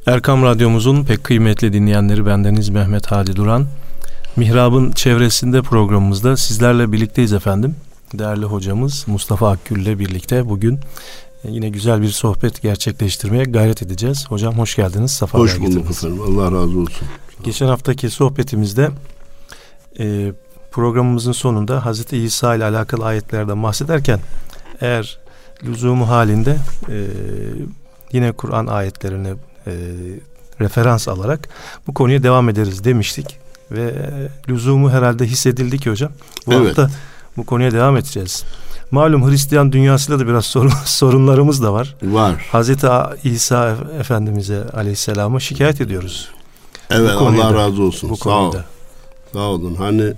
Erkam Radyomuzun pek kıymetli dinleyenleri, bendeniz Mehmet Hadi Duran. Mihrab'ın çevresinde programımızda sizlerle birlikteyiz efendim. Değerli hocamız Mustafa Akgül ile birlikte bugün yine güzel bir sohbet gerçekleştirmeye gayret edeceğiz. Hocam hoş geldiniz. Safalar hoş bulduk efendim. Allah razı olsun. Geçen haftaki sohbetimizde programımızın sonunda Hazreti İsa ile alakalı ayetlerden bahsederken eğer lüzumu halinde yine Kur'an ayetlerine referans alarak bu konuya devam ederiz demiştik ve lüzumu herhalde hissedildi ki hocam bu hafta bu konuya devam edeceğiz. Malum Hristiyan dünyasıyla da biraz sorunlarımız da var. Hazreti İsa Efendimiz'e Aleyhisselam'a şikayet ediyoruz. Evet, Allah razı olsun. Sağ olun. Hani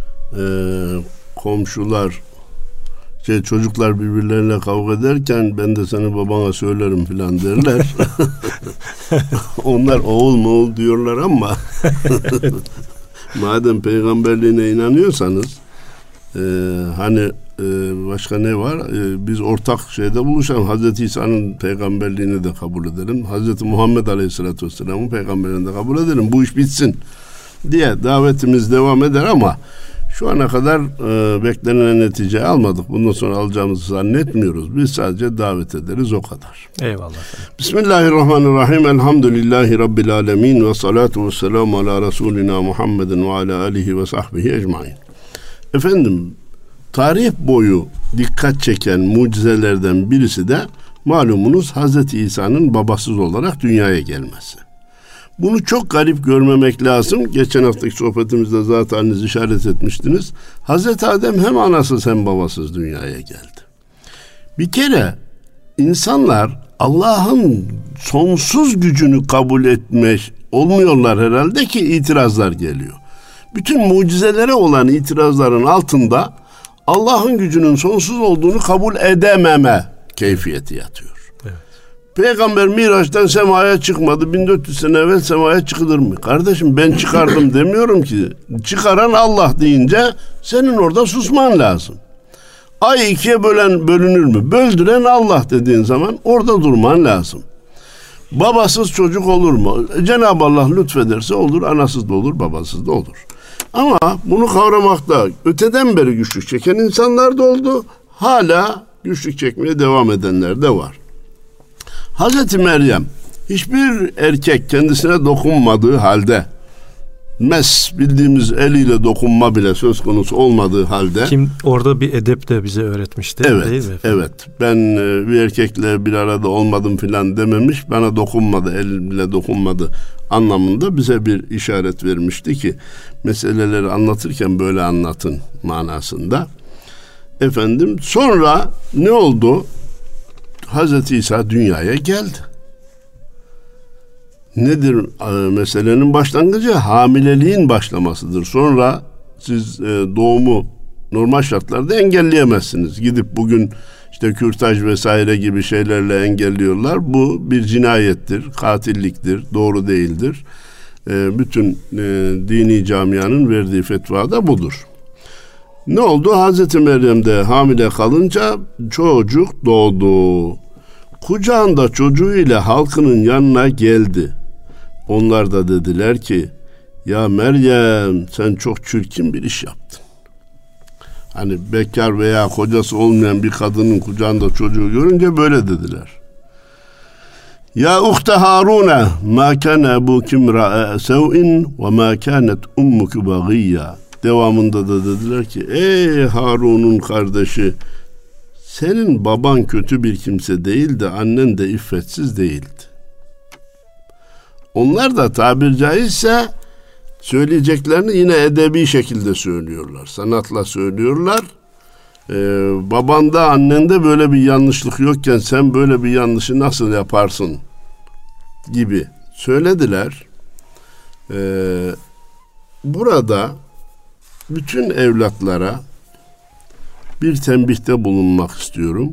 komşular çocuklar birbirleriyle kavga ederken ben de seni babana söylerim filan derler. Onlar oğul diyorlar ama madem peygamberliğine inanıyorsanız başka ne var? Biz ortak şeyde buluşalım. Hazreti İsa'nın peygamberliğini de kabul edelim. Hazreti Muhammed Aleyhisselatü Vesselam'ın peygamberliğini de kabul edelim. Bu iş bitsin diye davetimiz devam eder ama şu ana kadar beklenen netice almadık. Bundan sonra alacağımızı zannetmiyoruz. Biz sadece davet ederiz, o kadar. Eyvallah. Bismillahirrahmanirrahim. Elhamdülillahi Rabbil alemin. Ve salatu ve selamu ala Resulina Muhammedin ve ala alihi ve sahbihi ecmain. Efendim, tarih boyu dikkat çeken mucizelerden birisi de malumunuz Hazreti İsa'nın babasız olarak dünyaya gelmesi. Bunu çok garip görmemek lazım. Geçen haftaki sohbetimizde zaten işaret etmiştiniz. Hazreti Adem hem anasız hem babasız dünyaya geldi. Bir kere insanlar Allah'ın sonsuz gücünü kabul etmiş olmuyorlar herhalde ki itirazlar geliyor. Bütün mucizelere olan itirazların altında Allah'ın gücünün sonsuz olduğunu kabul edememe keyfiyeti yatıyor. Peygamber Miraç'tan semaya çıkmadı. 1400 sene evvel semaya çıkılır mı? Kardeşim, ben çıkardım demiyorum ki. Çıkaran Allah deyince senin orada susman lazım. Ay ikiye bölünür mü? Böldüren Allah dediğin zaman orada durman lazım. Babasız çocuk olur mu? Cenab-ı Allah lütfederse olur. Anasız da olur, babasız da olur. Ama bunu kavramakta öteden beri güçlük çeken insanlar da oldu. Hala güçlük çekmeye devam edenler de var. Hazreti Meryem hiçbir erkek kendisine dokunmadığı halde, bildiğimiz eliyle dokunma bile söz konusu olmadığı halde. Kim orada bir edep de bize öğretmişti, değil mi efendim? Evet. Ben bir erkekle bir arada olmadım filan dememiş, bana dokunmadı, el bile dokunmadı anlamında bize bir işaret vermişti ki meseleleri anlatırken böyle anlatın manasında. Efendim, sonra ne oldu? Hazreti İsa dünyaya geldi. Nedir meselenin başlangıcı? Hamileliğin başlamasıdır. Sonra siz doğumu normal şartlarda engelleyemezsiniz. Gidip bugün işte kürtaj vesaire gibi şeylerle engelliyorlar. Bu bir cinayettir, katilliktir, doğru değildir. Bütün dini camianın verdiği fetva da budur. Ne oldu? Hazreti Meryem de hamile kalınca çocuk doğdu. Kucağında çocuğuyla halkının yanına geldi. Onlar da dediler ki, ya Meryem, sen çok çirkin bir iş yaptın. Hani bekar veya kocası olmayan bir kadının kucağında çocuğu görünce böyle dediler. Ya uhte Harune, ma kana ebuki imra'a sev'in ve ma kanet ummuki bagiyya. Devamında da dediler ki, ey Harun'un kardeşi, senin baban kötü bir kimse değildi, annen de iffetsiz değildi. Onlar da tabir caizse söyleyeceklerini yine edebi şekilde söylüyorlar. Sanatla söylüyorlar. Babanda, annende böyle bir yanlışlık yokken sen böyle bir yanlışı nasıl yaparsın gibi söylediler. Burada bütün evlatlara bir tembihte bulunmak istiyorum.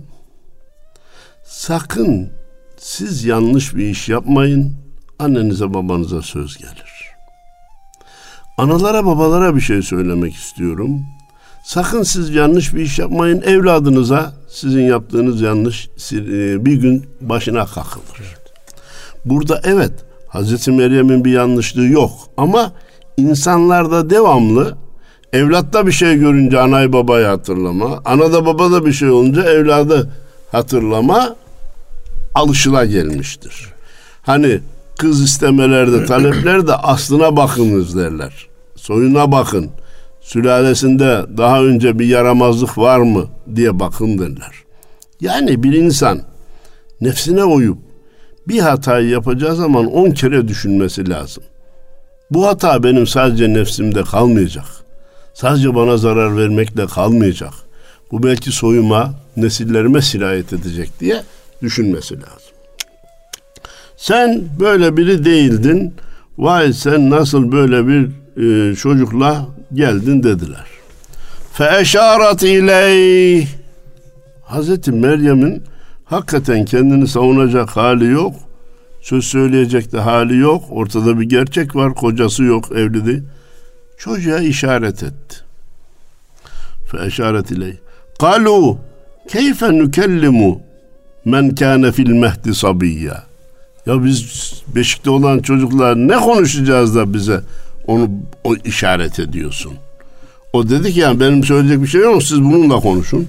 Sakın siz yanlış bir iş yapmayın, annenize babanıza söz gelir. Analara babalara bir şey söylemek istiyorum. Sakın siz yanlış bir iş yapmayın, evladınıza sizin yaptığınız yanlış bir gün başına kakılır. Burada evet, Hazreti Meryem'in bir yanlışlığı yok. Ama insanlarda devamlı evlatta bir şey görünce anayı babayı hatırlama, anada babada bir şey olunca evladı hatırlama alışılagelmiştir. Hani kız istemelerde, taleplerde aslına bakınız derler. Soyuna bakın. Sülalesinde daha önce bir yaramazlık var mı diye bakın derler. Yani bir insan nefsine uyup bir hatayı yapacağı zaman 10 kere düşünmesi lazım. Bu hata benim sadece nefsimde kalmayacak. Sadece bana zarar vermekle kalmayacak. Bu belki soyuma, nesillerime sirayet edecek diye düşünmesi lazım. Sen böyle biri değildin. Vay sen nasıl böyle bir çocukla geldin dediler. Feeşarat ileyh. Hazreti Meryem'in hakikaten kendini savunacak hali yok. Söz söyleyecek de hali yok. Ortada bir gerçek var. Kocası yok, evli değil. Çocuğa işaret etti. Feeşaret ileyh. Kalu keyfe nükellimu men kâne fil mehdi sabiyya. Ya biz beşikte olan çocuklar ne konuşacağız da bize onu o işaret ediyorsun. O dedi ki yani benim söyleyecek bir şey yok, siz bununla konuşun.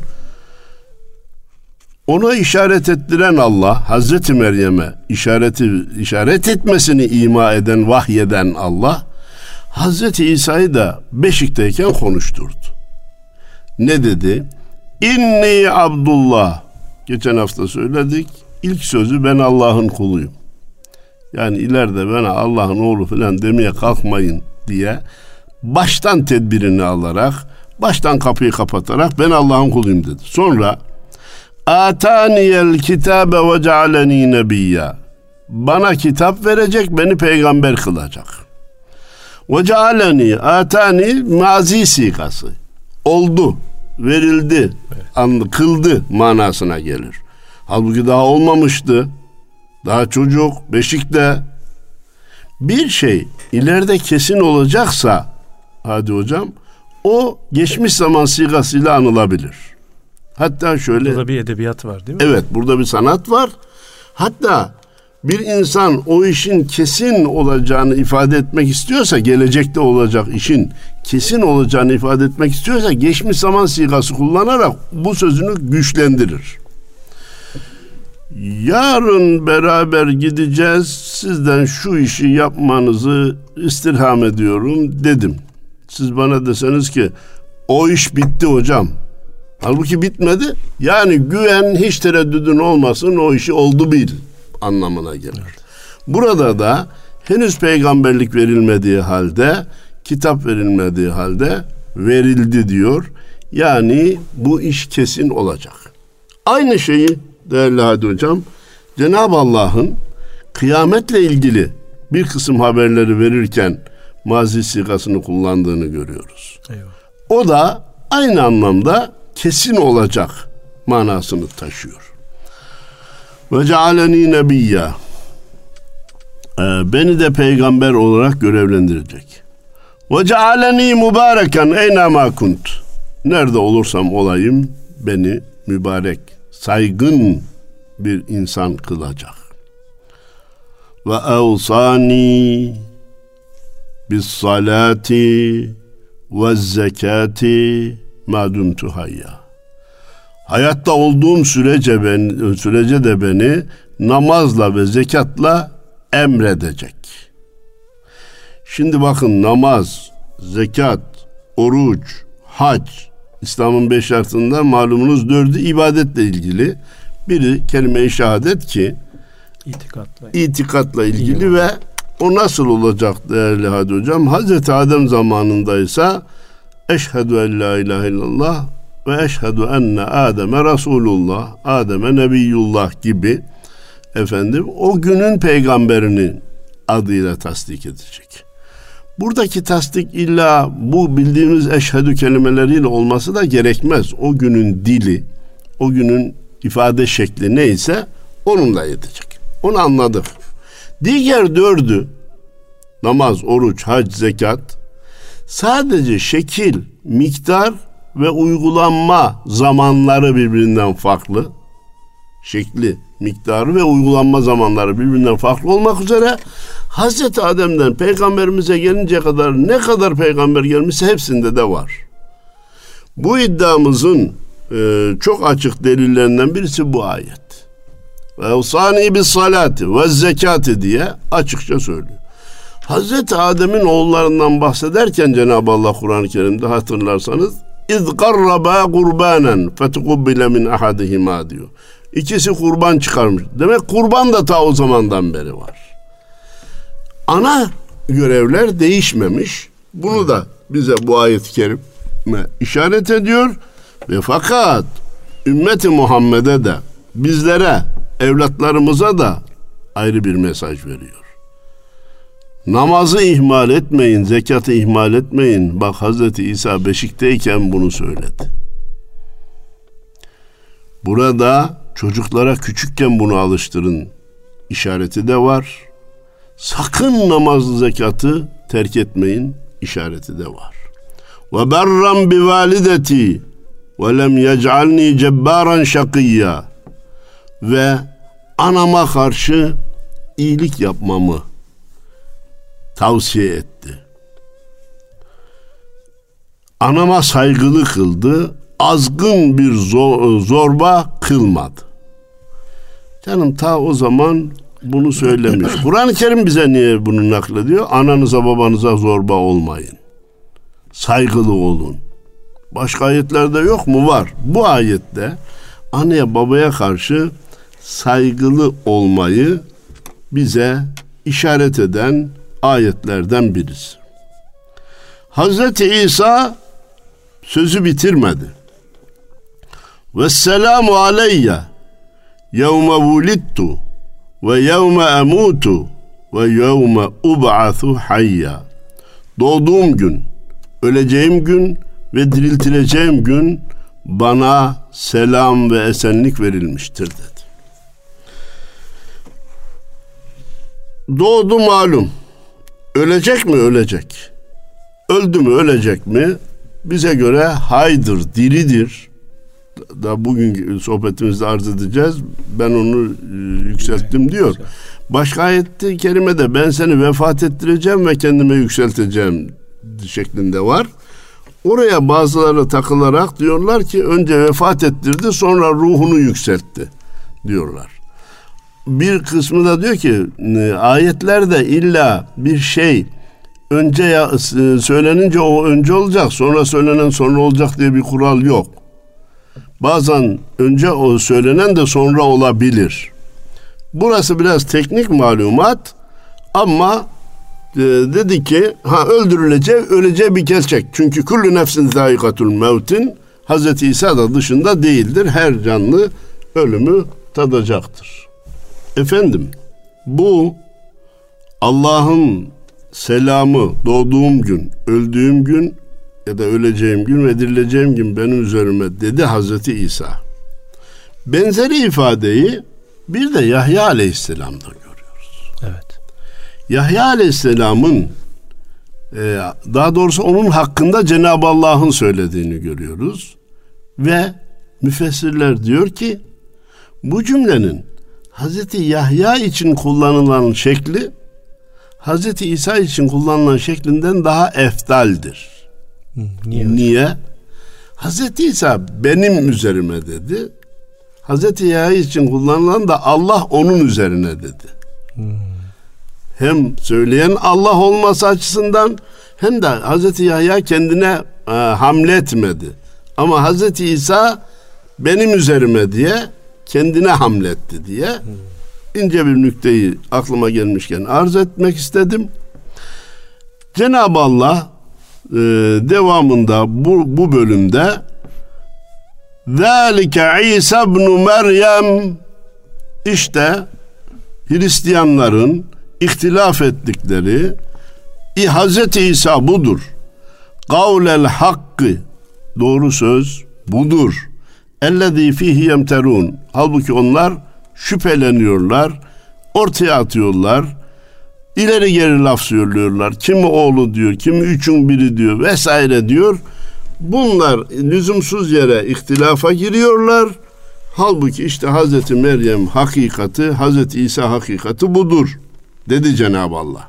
Ona işaret ettiren Allah, Hazreti Meryem'e işaret etmesini ima eden, vahyeden Allah, Hazreti İsa'yı da beşikteyken konuşturdu. Ne dedi? İnni Abdullah. Geçen hafta söyledik. İlk sözü ben Allah'ın kuluyum. Yani ileride bana Allah'ın oğlu falan demeye kalkmayın diye baştan tedbirini alarak, baştan kapıyı kapatarak ben Allah'ın kuluyum dedi. Sonra Ataniyel kitabe ve cealeni nebiyya. Bana kitap verecek, beni peygamber kılacak. Ve cealeni, atani mazi sigası. Oldu, verildi, kıldı manasına gelir. Halbuki daha olmamıştı. Daha çocuk, beşikte. Bir şey ileride kesin olacaksa, hadi hocam, o geçmiş zaman sigasıyla anılabilir. Hatta şöyle... Burada bir edebiyat var değil mi? Evet, burada bir sanat var. Hatta bir insan o işin kesin olacağını ifade etmek istiyorsa, gelecekte olacak işin kesin olacağını ifade etmek istiyorsa, geçmiş zaman sigası kullanarak bu sözünü güçlendirir. Yarın beraber gideceğiz, sizden şu işi yapmanızı istirham ediyorum dedim. Siz bana deseniz ki o iş bitti hocam. Halbuki bitmedi. Yani güven, hiç tereddüdün olmasın, o işi oldu bil anlamına gelir. Evet. Burada da henüz peygamberlik verilmediği halde, kitap verilmediği halde verildi diyor. Yani bu iş kesin olacak. Aynı şeyi değerli hadi hocam, Cenab-ı Allah'ın kıyametle ilgili bir kısım haberleri verirken mazi sigasını kullandığını görüyoruz. Eyvallah. O da aynı anlamda kesin olacak manasını taşıyor. Ve cealeni nebiyya. Beni de peygamber olarak görevlendirecek. Ve cealeni mübareken eynema kunt. Nerede olursam olayım beni mübarek, saygın bir insan kılacak. Ve evsani bis salati ve zekati ma dumtu hayya. Hayatta olduğum sürece de beni namazla ve zekatla emredecek. Şimdi bakın, namaz, zekat, oruç, hac, İslam'ın 5 şartından malumunuz 4'ü ibadetle ilgili. Biri kelime-i şehadet ki itikatla ilgili ve o nasıl olacak değerli hadi hocam? Hazreti Adem zamanındaysa eşhedü en la ilahe illallah ve eşhedü enne Adem'e Resulullah, Adem'e Nebiyullah gibi o günün peygamberinin adıyla tasdik edecek. Buradaki tasdik illa bu bildiğimiz eşhedü kelimeleriyle olması da gerekmez. O günün dili, o günün ifade şekli neyse onunla edecek. Onu anladık. Diğer 4'ü namaz, oruç, hac, zekat sadece şekil, miktar ve uygulanma zamanları birbirinden farklı. Şekli, miktarı ve uygulanma zamanları birbirinden farklı olmak üzere Hazreti Adem'den peygamberimize gelinceye kadar ne kadar peygamber gelmişse hepsinde de var. Bu iddiamızın çok açık delillerinden birisi bu ayet. Ve usani bis salati ve zekati diye açıkça söylüyor. Hazreti Adem'in oğullarından bahsederken Cenab-ı Allah Kur'an-ı Kerim'de hatırlarsanız İz qarraba qurbanen fetukubbile min ahadihima diyor. İkisi kurban çıkarmış. Demek kurban da ta o zamandan beri var. Ana görevler değişmemiş. Bunu da bize bu ayet-i kerime işaret ediyor. Ve fakat ümmeti Muhammed'e de bizlere, evlatlarımıza da ayrı bir mesaj veriyor. Namazı ihmal etmeyin, zekatı ihmal etmeyin. Bak Hazreti İsa beşikteyken bunu söyledi. Burada çocuklara küçükken bunu alıştırın işareti de var. Sakın namazı zekatı terk etmeyin işareti de var. Ve berran bi valideti ve lem yec'alni cebbaran şakiyya. Ve anama karşı iyilik yapmamı tavsiye etti. Anama saygılı kıldı, azgın bir zorba kılmadı. Canım ta o zaman bunu söylemiş. Kur'an-ı Kerim bize niye bunu naklediyor? Ananıza babanıza zorba olmayın. Saygılı olun. Başka ayetlerde yok mu? Var. Bu ayette anneye babaya karşı saygılı olmayı bize işaret eden ayetlerden birisi. Hazreti İsa sözü bitirmedi. Vesselamu aleyye yevme vulidtu ve yevme emutu ve yevme ub'athu hayya. Doğduğum gün, öleceğim gün ve diriltileceğim gün bana selam ve esenlik verilmiştir dedi. Doğdu malum. Ölecek mi? Ölecek. Öldü mü? Ölecek mi? Bize göre haydır, diridir. Da bugün sohbetimizde arz edeceğiz. Ben onu yükselttim diyor. Başka ayet-i kerimede ben seni vefat ettireceğim ve kendime yükselteceğim şeklinde var. Oraya bazıları takılarak diyorlar ki önce vefat ettirdi sonra ruhunu yükseltti diyorlar. Bir kısmı da diyor ki ayetlerde illa bir şey önce söylenince o önce olacak, sonra söylenen sonra olacak diye bir kural yok. Bazen önce o söylenen de sonra olabilir. Burası biraz teknik malumat ama dedi ki öleceği bir gerçek. Çünkü kullu nefsin zâikatul mevtin, Hazreti İsa da dışında değildir. Her canlı ölümü tadacaktır. Efendim, bu Allah'ın selamı doğduğum gün, öldüğüm gün ya da öleceğim gün ve dirileceğim gün benim üzerime dedi Hazreti İsa. Benzeri ifadeyi bir de Yahya Aleyhisselam'da görüyoruz. Evet. Yahya Aleyhisselam'ın daha doğrusu onun hakkında Cenab-ı Allah'ın söylediğini görüyoruz. Ve müfessirler diyor ki bu cümlenin Hazreti Yahya için kullanılan şekli Hazreti İsa için kullanılan şeklinden daha eftaldir. Niye? Hazreti İsa benim üzerime dedi. Hazreti Yahya için kullanılan da Allah onun üzerine dedi. Hem söyleyen Allah olması açısından hem de Hazreti Yahya kendine hamletmedi. Ama Hazreti İsa benim üzerime diye kendine hamletti diye ince bir nükteyi aklıma gelmişken arz etmek istedim. Cenab-ı Allah devamında bu bölümde Zâlike İsa ibn Meryem, işte Hristiyanların ihtilaf ettikleri Hazreti İsa budur. Kavlel hakkı, doğru söz budur. Ellezî fîhî yemterûn, halbuki onlar şüpheleniyorlar, ortaya atıyorlar, ileri geri laf söylüyorlar. Kimi oğlu diyor, kimi üçün biri diyor vesaire diyor. Bunlar lüzumsuz yere ihtilafa giriyorlar. Halbuki işte Hazreti Meryem hakikati, Hazreti İsa hakikati budur dedi Cenab-ı Allah.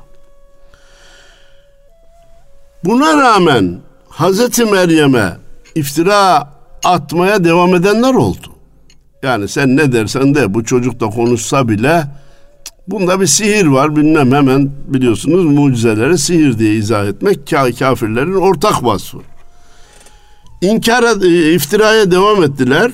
Buna rağmen Hazreti Meryem'e iftira atmaya devam edenler oldu. Yani sen ne dersen de, bu çocuk da konuşsa bile bunda bir sihir var bilmem, hemen biliyorsunuz mucizeleri sihir diye izah etmek kafirlerin ortak vasfı. İftiraya devam ettiler.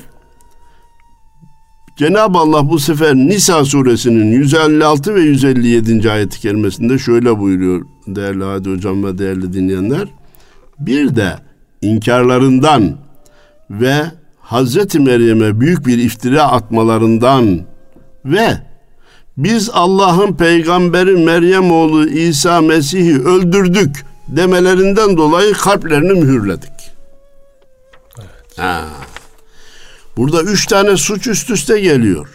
Cenab-ı Allah bu sefer Nisa suresinin 156 ve 157. ayet-i kerimesinde şöyle buyuruyor değerli Hadi Hocam ve değerli dinleyenler. Bir de inkarlarından ve Hazreti Meryem'e büyük bir iftira atmalarından ve biz Allah'ın peygamberi Meryem oğlu İsa Mesih'i öldürdük demelerinden dolayı kalplerini mühürledik. Evet. Burada 3 tane suç üst üste geliyor.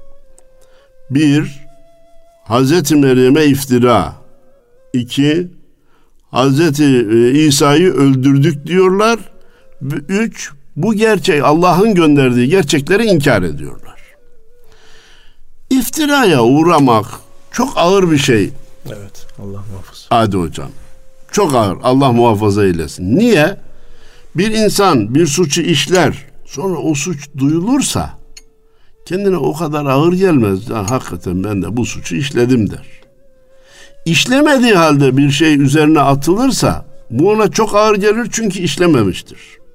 1. Hazreti Meryem'e iftira. 2. Hazreti İsa'yı öldürdük diyorlar. 3. Bu gerçek, Allah'ın gönderdiği gerçekleri inkar ediyorlar. İftiraya uğramak çok ağır bir şey. Evet, Allah muhafaza. Hadi hocam. Çok ağır. Allah muhafaza eylesin. Niye? Bir insan bir suçu işler, sonra o suç duyulursa kendine o kadar ağır gelmez. Ya, hakikaten ben de bu suçu işledim der. İşlemediği halde bir şey üzerine atılırsa bu ona çok ağır gelir, çünkü işlememiştir.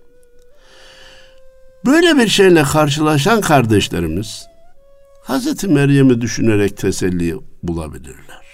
Böyle bir şeyle karşılaşan kardeşlerimiz Hazreti Meryem'i düşünerek teselli bulabilirler.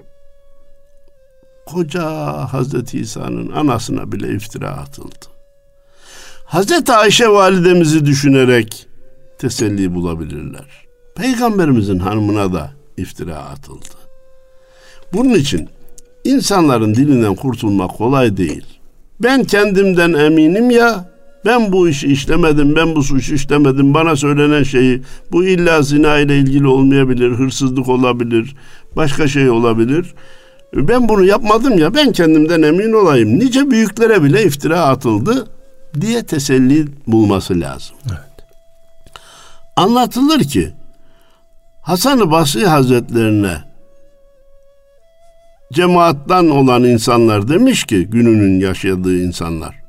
Koca Hazreti İsa'nın anasına bile iftira atıldı. Hazreti Ayşe validemizi düşünerek teselli bulabilirler. Peygamberimizin hanımına da iftira atıldı. Bunun için insanların dilinden kurtulmak kolay değil. Ben kendimden eminim ya, ben bu işi işlemedim, ben bu suçu işlemedim, bana söylenen şeyi, bu illa zina ile ilgili olmayabilir, hırsızlık olabilir, başka şey olabilir. Ben bunu yapmadım ya, ben kendimden emin olayım. Nice büyüklere bile iftira atıldı diye teselli bulması lazım. Evet. Anlatılır ki Hasan-ı Basri Hazretlerine cemaattan olan insanlar demiş ki, gününün yaşadığı insanlar,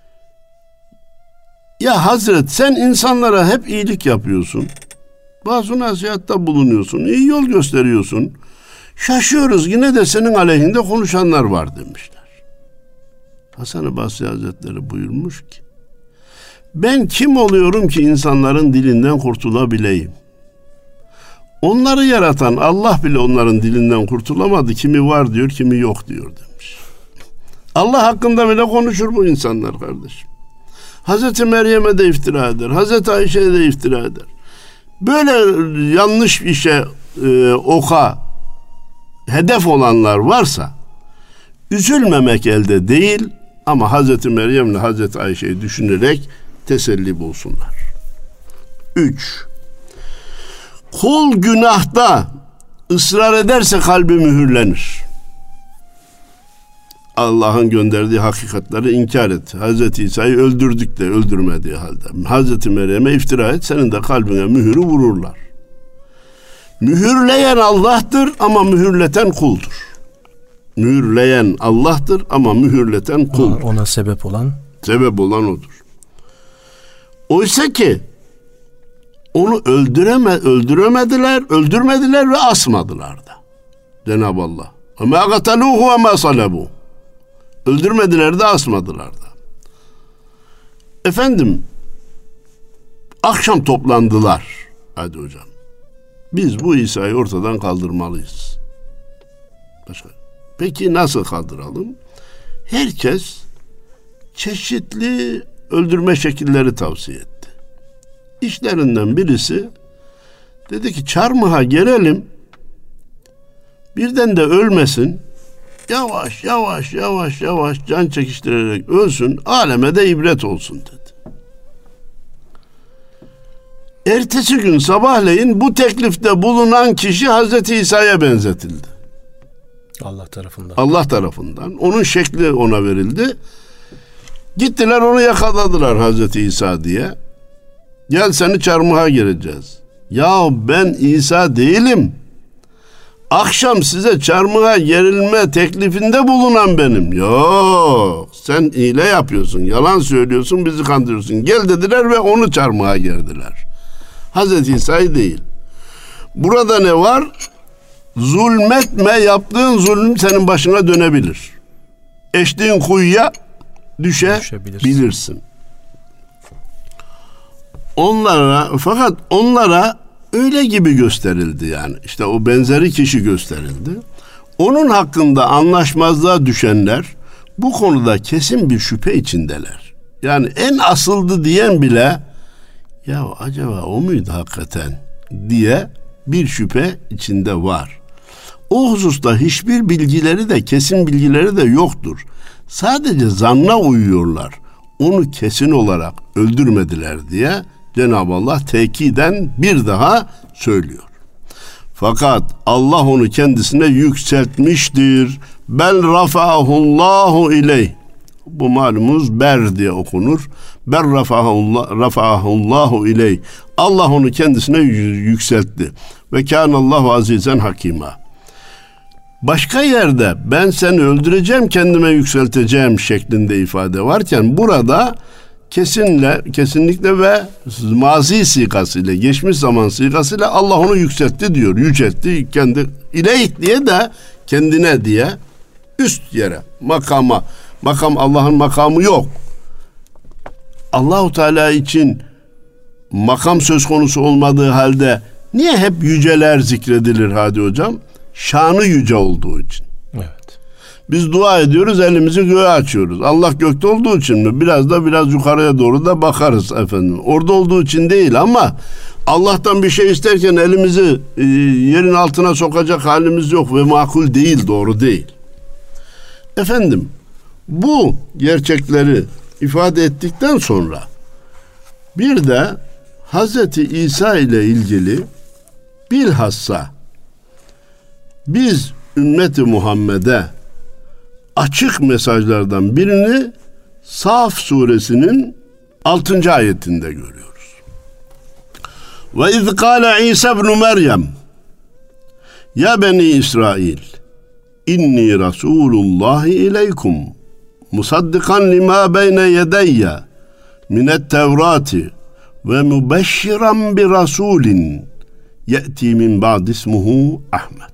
ya Hazret, sen insanlara hep iyilik yapıyorsun, bazı nasihatta bulunuyorsun, iyi yol gösteriyorsun, şaşıyoruz yine de senin aleyhinde konuşanlar var demişler. Hasan-ı Basri Hazretleri buyurmuş ki, ben kim oluyorum ki insanların dilinden kurtulabileyim? Onları yaratan Allah bile onların dilinden kurtulamadı. Kimi var diyor, kimi yok diyor demiş. Allah hakkında bile konuşur bu insanlar kardeşim. Hazreti Meryem'e de iftira eder, Hazreti Ayşe'ye de iftira eder. Böyle yanlış işe, oka hedef olanlar varsa üzülmemek elde değil, ama Hazreti Meryem'le Hazreti Ayşe'yi düşünerek teselli bulsunlar. 3. Kul günahta ısrar ederse kalbi mühürlenir. Allah'ın gönderdiği hakikatleri inkar et. Hazreti İsa'yı öldürdük de öldürmediği halde. Hazreti Meryem'e iftira et, senin de kalbine mühürü vururlar. Mühürleyen Allah'tır ama mühürleten kuldur. Mühürleyen Allah'tır ama mühürleten kuldur. Ona sebep olan odur. Oysa ki onu öldürmediler ve asmadılar da. Cenab-ı Allah. وَمَا قَتَلُوهُ وَمَا صَلَبُوهُ. Öldürmediler de asmadılar da. Efendim, akşam toplandılar. Hadi hocam, biz bu İsa'yı ortadan kaldırmalıyız. Peki nasıl kaldıralım? Herkes çeşitli öldürme şekilleri tavsiye etti. İşlerinden birisi dedi ki, çarmıha gerelim, birden de ölmesin, yavaş can çekiştirerek ölsün, aleme de ibret olsun dedi. Ertesi gün sabahleyin bu teklifte bulunan kişi Hazreti İsa'ya benzetildi. Allah tarafından. Onun şekli ona verildi. Gittiler onu yakaladılar Hazreti İsa diye. Gel seni çarmıha gereceğiz. Ya ben İsa değilim. Akşam size çarmıha gerilme teklifinde bulunan benim. Yok, sen hile yapıyorsun, yalan söylüyorsun, bizi kandırıyorsun. Gel dediler ve onu çarmıha gerdiler. Hazreti İsa'yı değil. Burada ne var? Zulmetme, yaptığın zulüm senin başına dönebilir. Eştiğin kuyuya düşebilirsin. Fakat onlara öyle gibi gösterildi yani. İşte o benzeri kişi gösterildi. Onun hakkında anlaşmazlığa düşenler bu konuda kesin bir şüphe içindeler. Yani en asıldı diyen bile ya acaba o muydu hakikaten diye bir şüphe içinde var. O hususta hiçbir bilgileri de kesin bilgileri de yoktur. Sadece zanna uyuyorlar. Onu kesin olarak öldürmediler diye Cenab-ı Allah tekiden bir daha söylüyor. Fakat Allah onu kendisine yükseltmiştir. Bel rafa'ahullahu ileyh. Bu malumunuz ber diye okunur. Ber rafa'ahullahu ileyh. Allah onu kendisine yükseltti. Ve kânallahu azizen hakîmâ. Başka yerde ben seni öldüreceğim, kendime yükselteceğim şeklinde ifade varken burada kesinlikle ve mazi sigasıyla, geçmiş zaman sigasıyla Allah onu yükseltti diyor. Yüceltti kendi ileyh diye de kendine diye üst yere, makama. Makam, Allah'ın makamı yok. Allahu Teala için makam söz konusu olmadığı halde niye hep yüceler zikredilir Hadi Hocam? Şanı yüce olduğu için. Evet. Biz dua ediyoruz, elimizi göğe açıyoruz. Allah gökte olduğu için mi? Biraz yukarıya doğru da bakarız efendim. Orada olduğu için değil ama Allah'tan bir şey isterken elimizi yerin altına sokacak halimiz yok ve makul değil, doğru değil. Efendim, bu gerçekleri ifade ettikten sonra bir de Hazreti İsa ile ilgili bilhassa biz ümmeti Muhammed'e açık mesajlardan birini Saf suresinin 6. ayetinde görüyoruz. Ve iz kâle İsa ibn Meryem ya beni İsrail inni Rasulullahi ileykum musaddikan lima beyne yedeyye minet tevrati ve mübeşşiran bir rasulin ye'ti min ba'd ismuhu Ahmet.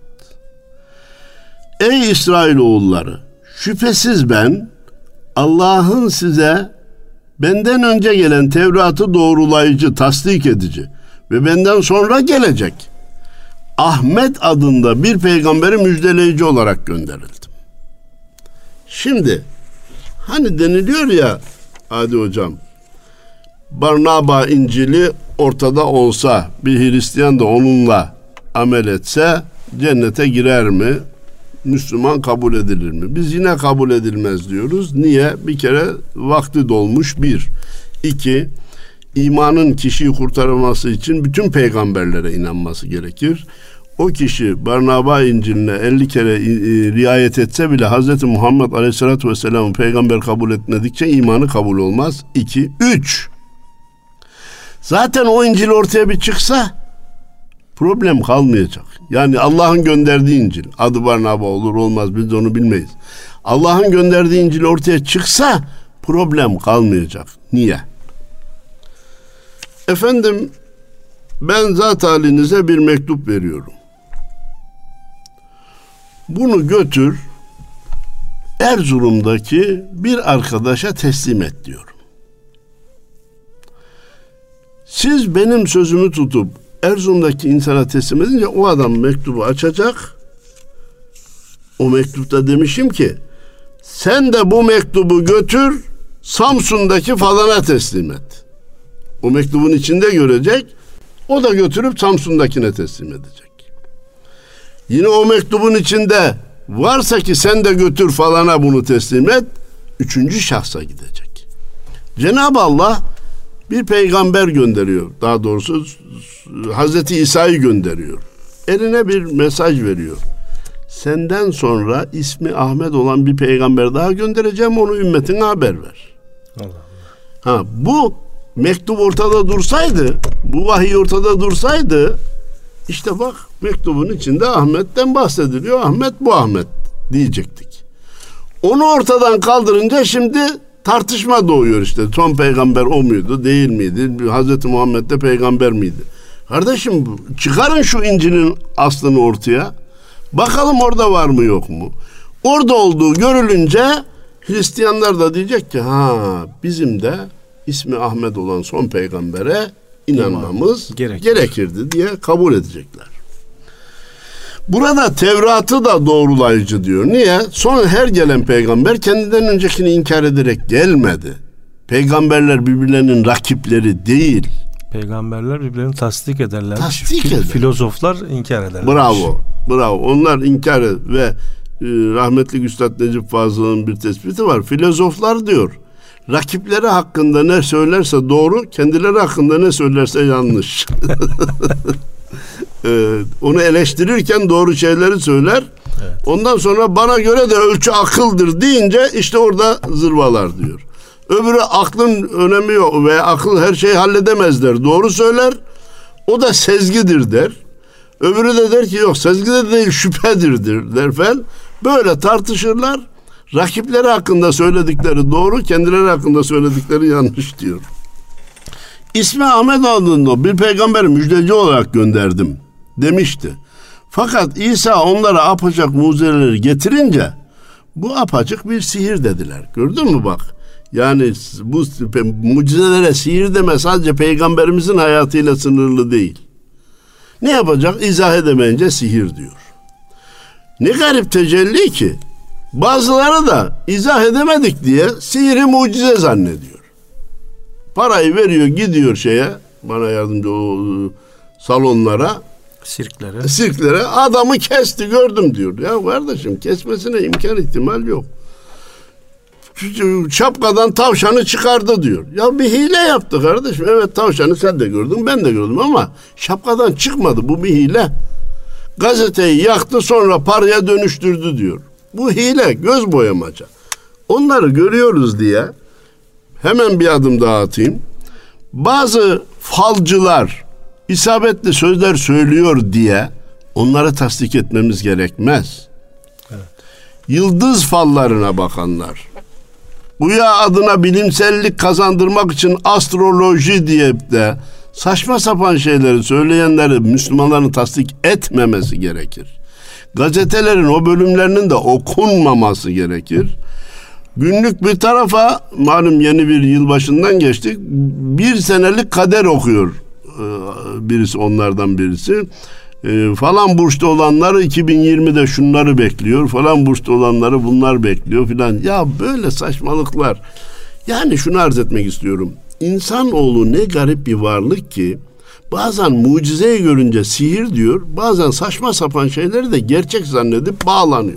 Ey İsrailoğulları, şüphesiz ben Allah'ın size benden önce gelen Tevrat'ı doğrulayıcı, tasdik edici ve benden sonra gelecek Ahmet adında bir peygamberi müjdeleyici olarak gönderildim. Şimdi hani deniliyor ya Hadi Hocam, Barnaba İncil'i ortada olsa bir Hristiyan da onunla amel etse cennete girer mi? Müslüman kabul edilir mi? Biz yine kabul edilmez diyoruz. Niye? Bir kere vakti dolmuş bir. İki, imanın kişiyi kurtarması için bütün peygamberlere inanması gerekir. O kişi Barnaba İncil'ine 50 kere riayet etse bile Hz. Muhammed Aleyhisselatü Vesselam'ı peygamber kabul etmedikçe imanı kabul olmaz. 2. 3. Zaten o İncil ortaya bir çıksa problem kalmayacak. Yani Allah'ın gönderdiği İncil, adı Barnaba olur olmaz biz onu bilmeyiz. Allah'ın gönderdiği İncil ortaya çıksa problem kalmayacak. Niye? Efendim, ben zat halinize bir mektup veriyorum. Bunu götür Erzurum'daki bir arkadaşa teslim et diyorum. Siz benim sözümü tutup Erzurum'daki insana teslim edince o adam mektubu açacak. O mektupta demişim ki sen de bu mektubu götür Samsun'daki falana teslim et. O mektubun içinde görecek. O da götürüp Samsun'dakine teslim edecek. Yine o mektubun içinde varsa ki sen de götür falana bunu teslim et. 3. şahsa gidecek. Cenab-ı Allah bir peygamber gönderiyor. Daha doğrusu Hazreti İsa'yı gönderiyor. Eline bir mesaj veriyor. Senden sonra ismi Ahmet olan bir peygamber daha göndereceğim. Onu ümmetine haber ver. Allah Allah. Bu mektup ortada dursaydı, bu vahiy ortada dursaydı, işte bak mektubun içinde Ahmet'ten bahsediliyor. Ahmet bu Ahmet diyecektik. Onu ortadan kaldırınca şimdi tartışma doğuyor işte. Son peygamber o muydu, değil miydi? Hazreti Muhammed de peygamber miydi? Kardeşim çıkarın şu İncil'in aslını ortaya. Bakalım orada var mı yok mu? Orada olduğu görülünce Hristiyanlar da diyecek ki bizim de ismi Ahmet olan son peygambere inanmamız gerekirdi diye kabul edecekler. Burada Tevrat'ı da doğrulayıcı diyor. Niye? Sonra her gelen peygamber kendinden öncekini inkar ederek gelmedi. Peygamberler birbirlerinin rakipleri değil. Peygamberler birbirlerini tasdik ederler. Eder. Filozoflar inkar ederler. Bravo. Onlar inkar ve rahmetli Üstad Necip Fazıl'ın bir tespiti var. Filozoflar diyor, rakipleri hakkında ne söylerse doğru, kendileri hakkında ne söylerse yanlış. Onu eleştirirken doğru şeyleri söyler. Evet. Ondan sonra bana göre de ölçü akıldır deyince işte orada zırvalar diyor. Öbürü aklın önemi yok ve akıl her şeyi halledemezler. Doğru söyler. O da sezgidir der. Öbürü de der ki yok sezgi de değil şüphedir der falan. Böyle tartışırlar. Rakipleri hakkında söyledikleri doğru, kendileri hakkında söyledikleri yanlış diyor. İsmi Ahmet adında bir peygamberi müjdeci olarak gönderdim demişti. Fakat İsa onlara apaçık mucizeleri getirince bu apaçık bir sihir dediler. Gördün mü bak? Yani bu mucizelere sihir deme sadece peygamberimizin hayatıyla sınırlı değil. Ne yapacak? İzah edemeyince sihir diyor. Ne garip tecelli ki bazıları da izah edemedik diye sihiri mucize zannediyor. Parayı veriyor gidiyor bana yardımcı o salonlara, sirklere adamı kesti gördüm diyor. Ya kardeşim kesmesine imkan ihtimal yok. Şapkadan tavşanı çıkardı diyor. Ya bir hile yaptı kardeşim. Evet tavşanı sen de gördün ben de gördüm ama şapkadan çıkmadı, bu bir hile. Gazeteyi yaktı sonra paraya dönüştürdü diyor. Bu hile, göz boyamaca. Onları görüyoruz diye hemen bir adım daha atayım. Bazı falcılar isabetli sözler söylüyor diye onları tasdik etmemiz gerekmez. Evet. Yıldız fallarına bakanlar, Uya adına bilimsellik kazandırmak için astroloji diye de saçma sapan şeyleri söyleyenleri Müslümanların tasdik etmemesi gerekir. Gazetelerin o bölümlerinin de okunmaması gerekir. Günlük bir tarafa, malum yeni bir yılbaşından geçtik, 1 senelik kader okuyor birisi, onlardan birisi. Falan burçta olanları 2020'de şunları bekliyor, falan burçta olanları bunlar bekliyor filan. Ya böyle saçmalıklar. Yani şunu arz etmek istiyorum. İnsanoğlu ne garip bir varlık ki bazen mucizeyi görünce sihir diyor, bazen saçma sapan şeyleri de gerçek zannedip bağlanıyor.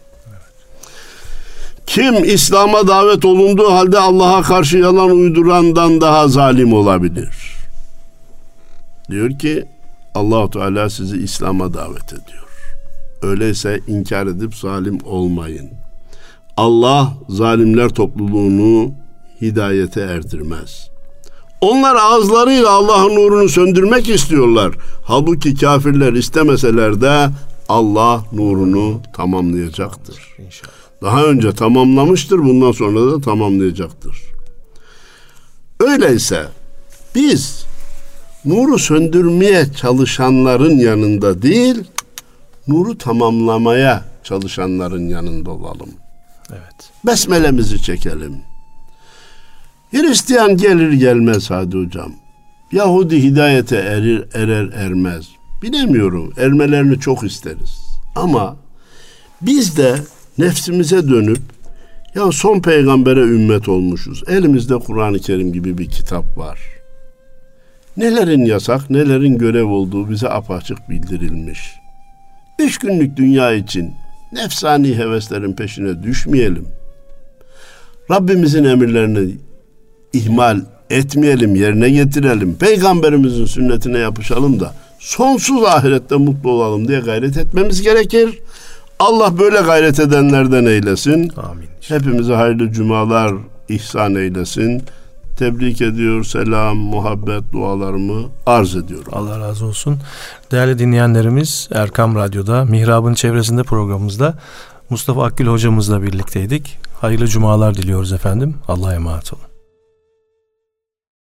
Kim İslam'a davet olunduğu halde Allah'a karşı yalan uydurandan daha zalim olabilir? Diyor ki Allah-u Teala sizi İslam'a davet ediyor. Öyleyse inkar edip zalim olmayın. Allah zalimler topluluğunu hidayete erdirmez. Onlar ağızlarıyla Allah'ın nurunu söndürmek istiyorlar. Halbuki kafirler istemeseler de Allah nurunu tamamlayacaktır. İnşallah. Daha önce tamamlamıştır, bundan sonra da tamamlayacaktır. Öyleyse biz nuru söndürmeye çalışanların yanında değil, nuru tamamlamaya çalışanların yanında olalım. Evet. Besmelemizi çekelim. Hristiyan gelir gelmez hadi hocam. Yahudi hidayete erer ermez. Bilemiyorum, ermelerini çok isteriz. Ama biz de nefsimize dönüp ya son peygambere ümmet olmuşuz. Elimizde Kur'an-ı Kerim gibi bir kitap var. Nelerin yasak, nelerin görev olduğu bize apaçık bildirilmiş. 3 günlük dünya için nefsani heveslerin peşine düşmeyelim. Rabbimizin emirlerini ihmal etmeyelim, yerine getirelim. Peygamberimizin sünnetine yapışalım da sonsuz ahirette mutlu olalım diye gayret etmemiz gerekir. Allah böyle gayret edenlerden eylesin. Amin. Hepimize hayırlı cumalar ihsan eylesin. tebrik ediyor, selam, muhabbet, dualarımı arz ediyorum. Allah razı olsun. Değerli dinleyenlerimiz, Erkam Radyo'da Mihrab'ın Çevresinde programımızda Mustafa Akgül hocamızla birlikteydik. Hayırlı cumalar diliyoruz efendim. Allah'a emanet olun.